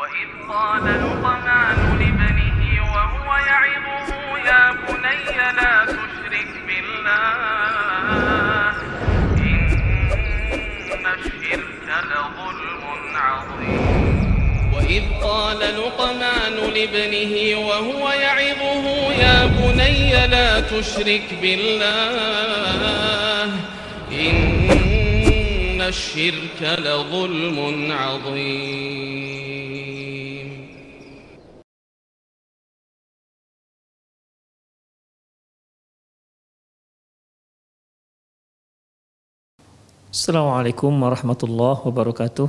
وإذ قال لقمان لابنه وهو يعظه يا بني لا تشرك بالله إن الشرك لظلم عظيم وإذ قال لقمان لابنه وهو يعظه يا بني لا تشرك بالله إن الشرك لظلم عظيم. Assalamualaikum warahmatullahi wabarakatuh.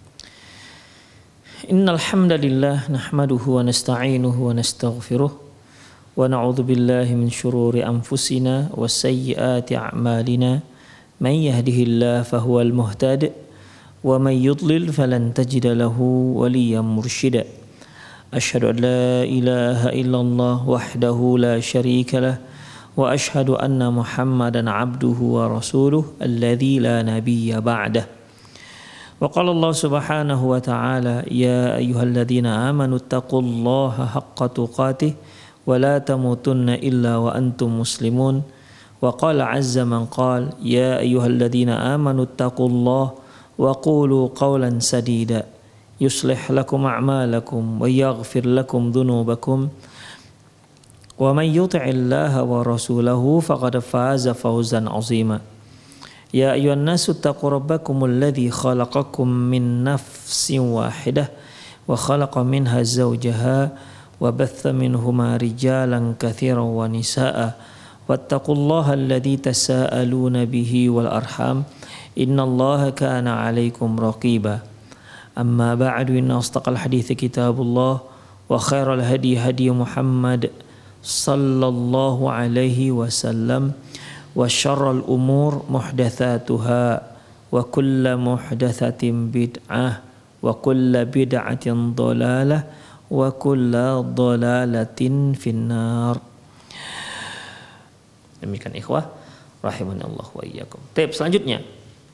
Innal hamdalillah nahmaduhu wa nasta'inuhu wa nastaghfiruh wa na'udzu billahi min shururi anfusina wa sayyiati a'malina. Man yahdihillahu fahuwal muhtadi wa man yudlil falan tajida lahu waliyyan mursyida. Asyhadu an la ilaha illallah wahdahu la syarika lah wa asyhadu anna Muhammadan abduhu wa rasuluh alladzi la nabiyya ba'dah. Wa qala Allah subhanahu wa ta'ala ya ayyuhalladzina amanu taqullaha haqqa tuqatih wa la tamutunna illa wa antum muslimun. Wa qala azza man qala ya ayyuhalladzina amanu taqullaha wa qulu qawlan sadida yuslih lakum a'malakum wa yaghfir lakum dhunubakum wa man yuti'illaha wa rasulahu faqad faza fawzan 'azima. Ya ayyuhan nasu taqu rabbakumul ladzi khalaqakum min nafsin wahidah wa khalaqa minha zawjaha wa batha minhuma rijalan katsiran wa nisaa'a wattaqullaha alladzi tasaaluna bihi wal arham innallaha kana 'alaikum raqiba. Amma ba'du, inna asdaqal hadithi kitabullah wa khairal hadi hadi Muhammad sallallahu alaihi wasallam wa syarrul umur muhdatsatuha wa kullu muhdatsatin bid'ah wa kullu bid'atin dhalalah wa kullu dhalalatin finnar. Demikian ikhwah rahimanallah wa iyyakum. Baik, selanjutnya,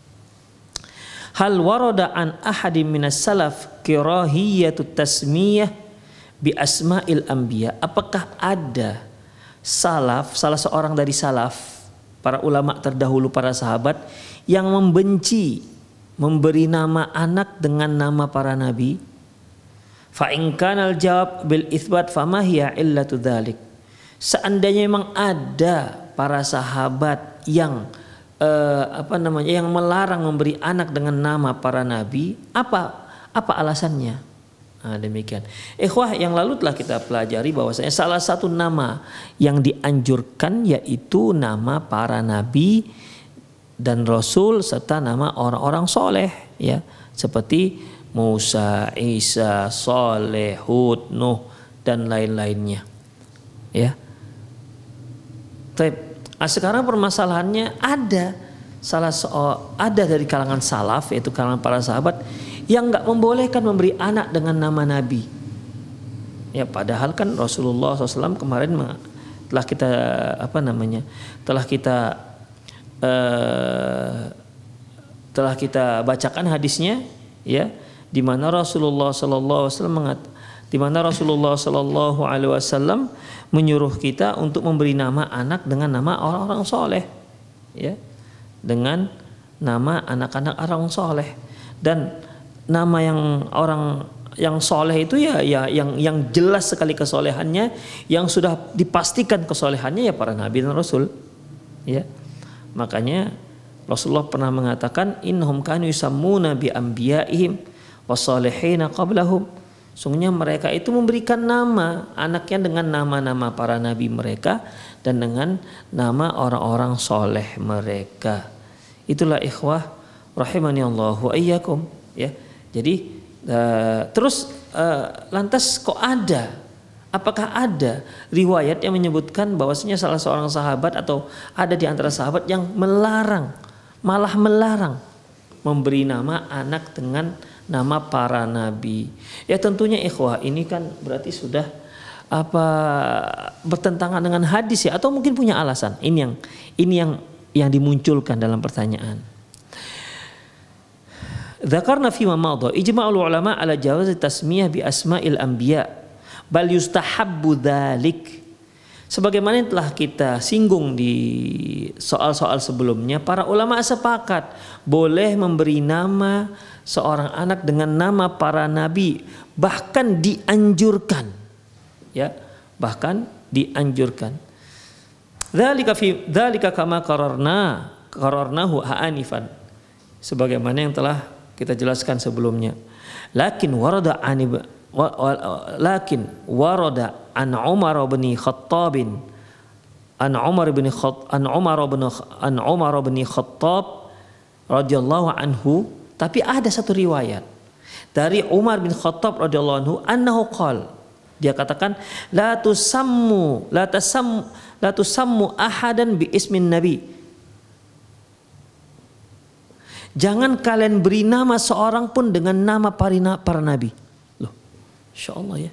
hal warada an ahadin minas salaf kirahiyatut tasmiyah bi asma'il anbiya. Apakah ada salaf, salah seorang dari salaf, para ulama terdahulu, para sahabat yang membenci memberi nama anak dengan nama para nabi? Fa in kana al-jawab bil itsbat fama hiya illatu dzalik. Seandainya memang ada para sahabat yang yang melarang memberi anak dengan nama para nabi, apa alasannya? Nah, demikian. Ikhwah, yang lalu telah kita pelajari bahwasanya salah satu nama yang dianjurkan yaitu nama para nabi dan rasul serta nama orang-orang soleh, ya, seperti Musa, Isa, Saleh, Hud, Nuh dan lain-lainnya, ya. Sekarang permasalahannya ada dari kalangan salaf, yaitu kalangan para sahabat yang nggak membolehkan memberi anak dengan nama nabi. Ya, padahal kan Rasulullah SAW kemarin telah kita bacakan hadisnya, ya, di mana Rasulullah Sallallahu Alaihi Wasallam menyuruh kita untuk memberi nama anak dengan nama orang-orang soleh, ya, dengan nama anak-anak orang soleh. Dan nama yang soleh itu ya yang jelas sekali kesolehannya, yang sudah dipastikan kesolehannya ya para nabi dan rasul, ya. Makanya Rasulullah pernah mengatakan innahum kanu yusammuna bi anbiya'ihim wassalihina qablahum. Sungguhnya mereka itu memberikan nama anaknya dengan nama-nama para nabi mereka dan dengan nama orang-orang soleh mereka. Itulah ikhwah rahimani Allah wa iyyakum, ya. Jadi lantas kok apakah ada riwayat yang menyebutkan bahwasanya salah seorang sahabat atau ada di antara sahabat yang malah melarang memberi nama anak dengan nama para nabi? Ya tentunya ikhwah, ini kan berarti sudah bertentangan dengan hadis, ya, atau mungkin punya alasan. Ini yang dimunculkan dalam pertanyaan. Dzakarna fi ma madha ijma'ul ulama ala jawaz tasmiyah bi asma'il anbiya bal yustahabbu dzalik. Sebagaimana yang telah kita singgung di soal-soal sebelumnya, para ulama sepakat boleh memberi nama seorang anak dengan nama para nabi, bahkan dianjurkan. Ya, bahkan dianjurkan. Dzalika kama qararnahu ha'anifan. Sebagaimana yang telah kita jelaskan sebelumnya. Lakin warada an Umar bin Khattab radhiyallahu anhu, tapi ada satu riwayat dari Umar bin Khattab radhiyallahu anhu annahu qala, dia katakan la tusammu ahadan bi ismin nabi. Jangan kalian beri nama seorang pun dengan nama para nabi. Loh, insyaallah ya.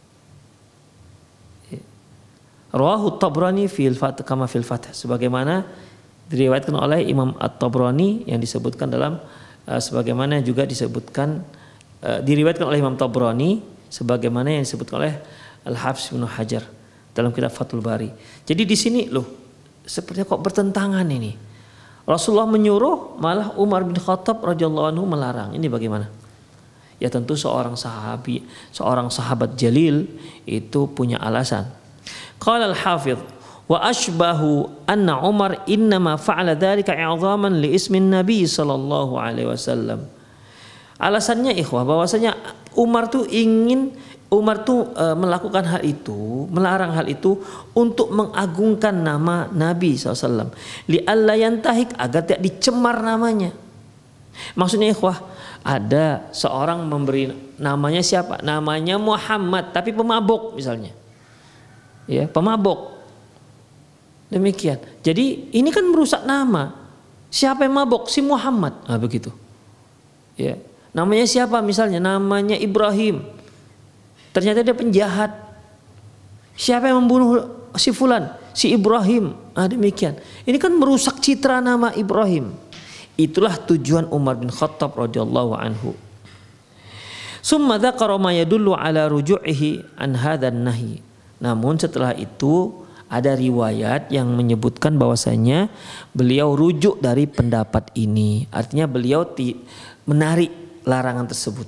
Rawahu Tabrani fil Fath kama fil Fath, sebagaimana diriwayatkan oleh Imam At-Tabrani yang disebutkan dalam sebagaimana juga disebutkan diriwayatkan oleh Imam Tabrani sebagaimana yang disebutkan oleh Al-Hafidz Ibnu Hajar dalam kitab Fathul Bari. Jadi di sini loh, sepertinya kok bertentangan ini. Rasulullah menyuruh, malah Umar bin Khattab radhiyallahu anhu melarang. Ini bagaimana? Ya tentu seorang sahabat jalil itu punya alasan. Qala al-Hafidz wa ashbahu anna Umar innama fa'ala dzalika i'dhaman li ismin Nabi sallallahu alaihi wasallam. Alasannya ikhwah bahwasanya Umar tuh melakukan hal itu, melarang hal itu untuk mengagungkan nama Nabi SAW. Li'alla yantahik, agar tidak dicemar namanya. Maksudnya ikhwah, ada seorang memberi namanya siapa? Namanya Muhammad, tapi pemabuk misalnya. Ya, pemabuk. Demikian. Jadi ini kan merusak nama. Siapa yang mabuk? Si Muhammad. Nah, begitu. Ya. Namanya siapa misalnya? Namanya Ibrahim. Ternyata dia penjahat. Siapa yang membunuh si fulan? Si Ibrahim. Nah, demikian. Ini kan merusak citra nama Ibrahim. Itulah tujuan Umar bin Khattab radhiyallahu anhu. Summa dzakara ma yadullu ala ruju'ihi an hadzan nahi. Namun setelah itu ada riwayat yang menyebutkan bahwasanya beliau rujuk dari pendapat ini. Artinya beliau menarik larangan tersebut.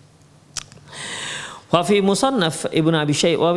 Wa fi musannaf Ibnu Abi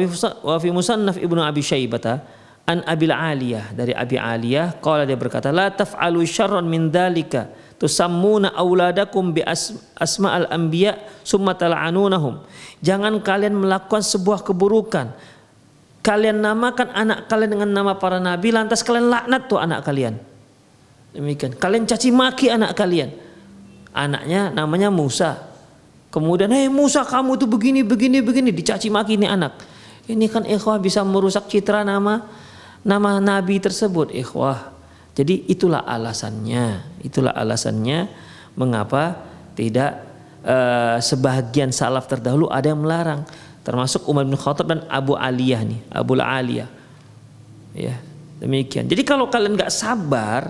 Syaibah an Abil Aliyah, dari Abi Aliyah qala, dia berkata la taf'alu syarran min dzalika tusammuna auladakum bi asma'al anbiya summa tal'anunahum. Jangan kalian melakukan sebuah keburukan, kalian namakan anak kalian dengan nama para nabi, lantas kalian laknat tuh anak kalian. Demikian. Kalian caci maki anak kalian. Anaknya namanya Musa. Kemudian, hei Musa, kamu tuh begini, dicaci maki ini anak. Ini kan ikhwah bisa merusak citra nama nabi tersebut, ikhwah. Jadi itulah alasannya mengapa tidak sebahagian salaf terdahulu ada yang melarang. Termasuk Umar bin Khattab dan Abu Aliyah nih, Abu Aliyah. Ya, demikian. Jadi kalau kalian nggak sabar,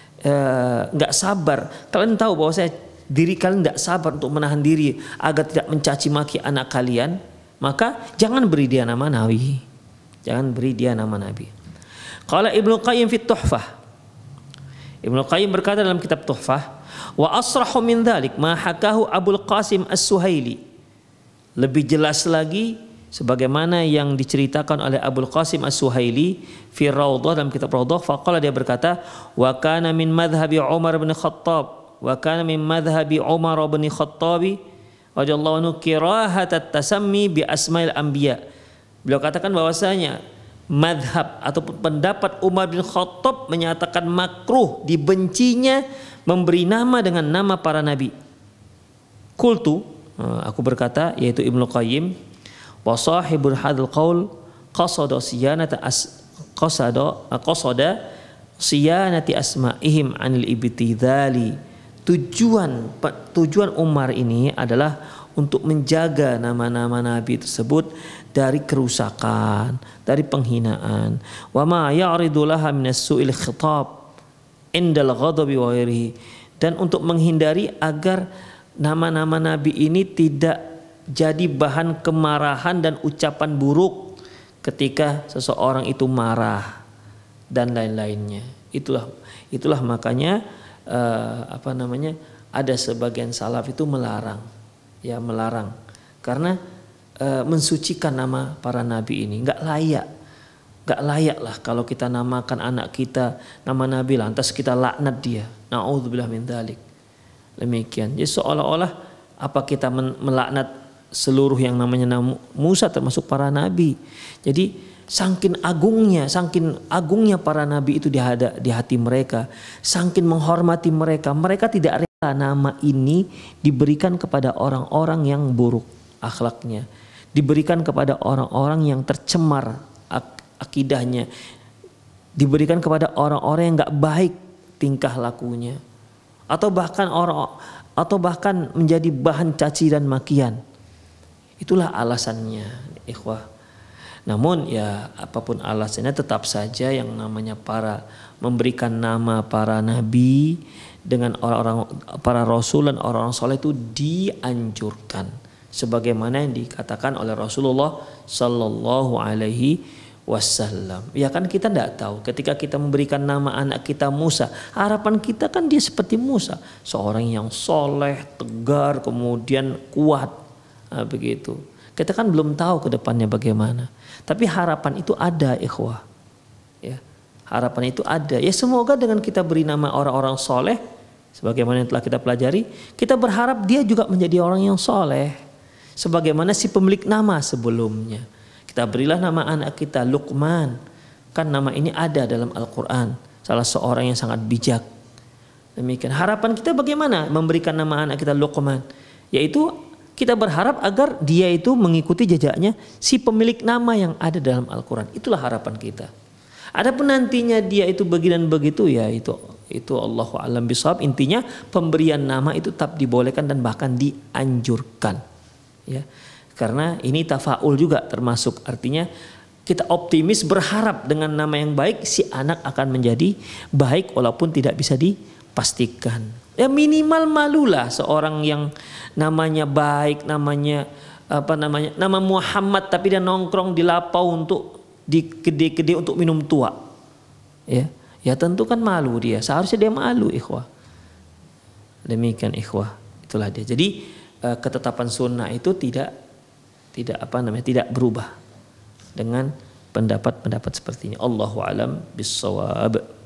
kalian tahu bahwa diri kalian nggak sabar untuk menahan diri agar tidak mencaci maki anak kalian, maka jangan beri dia nama Nabi. Jangan beri dia nama Nabi. Qala Ibnu Qayyim fi Tuhfah. Ibnu Qayyim berkata dalam kitab Tuhfah, wa asrahu min dzalik ma hakahu Abul Qasim As-Suhaili. Lebih jelas lagi sebagaimana yang diceritakan oleh Abul Qasim As-Suhaili fi Raudhah, dalam kitab Raudhah. Faqala, dia berkata, wa kana min madhhabi Umar bin Khattab radhiyallahu anhu kirahat at-tasammi bi asmail anbiya. Beliau katakan bahwasanya madhab ataupun pendapat Umar bin Khattab menyatakan makruh, dibencinya memberi nama dengan nama para nabi. Qultu, aku berkata, yaitu Ibnu Qayyim, wa sahibul hadzal qaul qasada siyanati asma'ihim anil ibtidali. Tujuan Umar ini adalah untuk menjaga nama-nama nabi tersebut dari kerusakan, dari penghinaan. Wa ma ya'ridu laha min as-su'il khitab indal ghadabi wa ghairihi, dan untuk menghindari agar nama-nama nabi ini tidak jadi bahan kemarahan dan ucapan buruk ketika seseorang itu marah dan lain-lainnya. Itulah makanya ada sebagian salaf itu melarang karena mensucikan nama para nabi ini nggak layak lah kalau kita namakan anak kita nama nabi lantas kita laknat dia. Na'udzubillah min dzalik. Demikian. Jadi seolah-olah apa kita melaknat seluruh yang namanya Musa termasuk para nabi. Jadi saking agungnya para nabi itu di hati mereka, saking menghormati mereka tidak rela nama ini diberikan kepada orang-orang yang buruk akhlaknya, diberikan kepada orang-orang yang tercemar akidahnya, diberikan kepada orang-orang yang enggak baik tingkah lakunya, atau bahkan menjadi bahan caci dan makian. Itulah alasannya, ikhwah. Namun ya apapun alasannya tetap saja yang namanya memberikan nama para nabi dengan orang-orang para rasul dan orang-orang soleh itu dianjurkan sebagaimana yang dikatakan oleh Rasulullah sallallahu alaihi wasallam. Ya kan kita tidak tahu ketika kita memberikan nama anak kita Musa, harapan kita kan dia seperti Musa, seorang yang soleh, tegar, kemudian kuat. Nah, begitu. Kita kan belum tahu ke depannya bagaimana. Tapi harapan itu ada, ikhwah. Ya, harapan itu ada. Ya semoga dengan kita beri nama orang-orang soleh, sebagaimana yang telah kita pelajari, kita berharap dia juga menjadi orang yang soleh, sebagaimana si pemilik nama sebelumnya. Kita berilah nama anak kita Luqman. Kan nama ini ada dalam Al-Quran. Salah seorang yang sangat bijak. Demikian. Harapan kita bagaimana memberikan nama anak kita Luqman? Yaitu kita berharap agar dia itu mengikuti jejaknya si pemilik nama yang ada dalam Al-Quran. Itulah harapan kita. Adapun nantinya dia itu begini dan begitu, ya itu Allahu a'lam bishawab. Intinya pemberian nama itu tetap dibolehkan dan bahkan dianjurkan. Ya. Karena ini tafaul juga termasuk, artinya kita optimis berharap dengan nama yang baik si anak akan menjadi baik walaupun tidak bisa dipastikan. Ya minimal malulah seorang yang namanya baik, nama Muhammad tapi dia nongkrong di lapau untuk di gede-gede untuk minum tua. Ya tentu kan malu dia, seharusnya dia malu, ikhwah. Demikian, ikhwah. Itulah dia. Jadi ketetapan sunnah itu tidak berubah dengan pendapat-pendapat seperti ini. Allahu a'lam bissawab.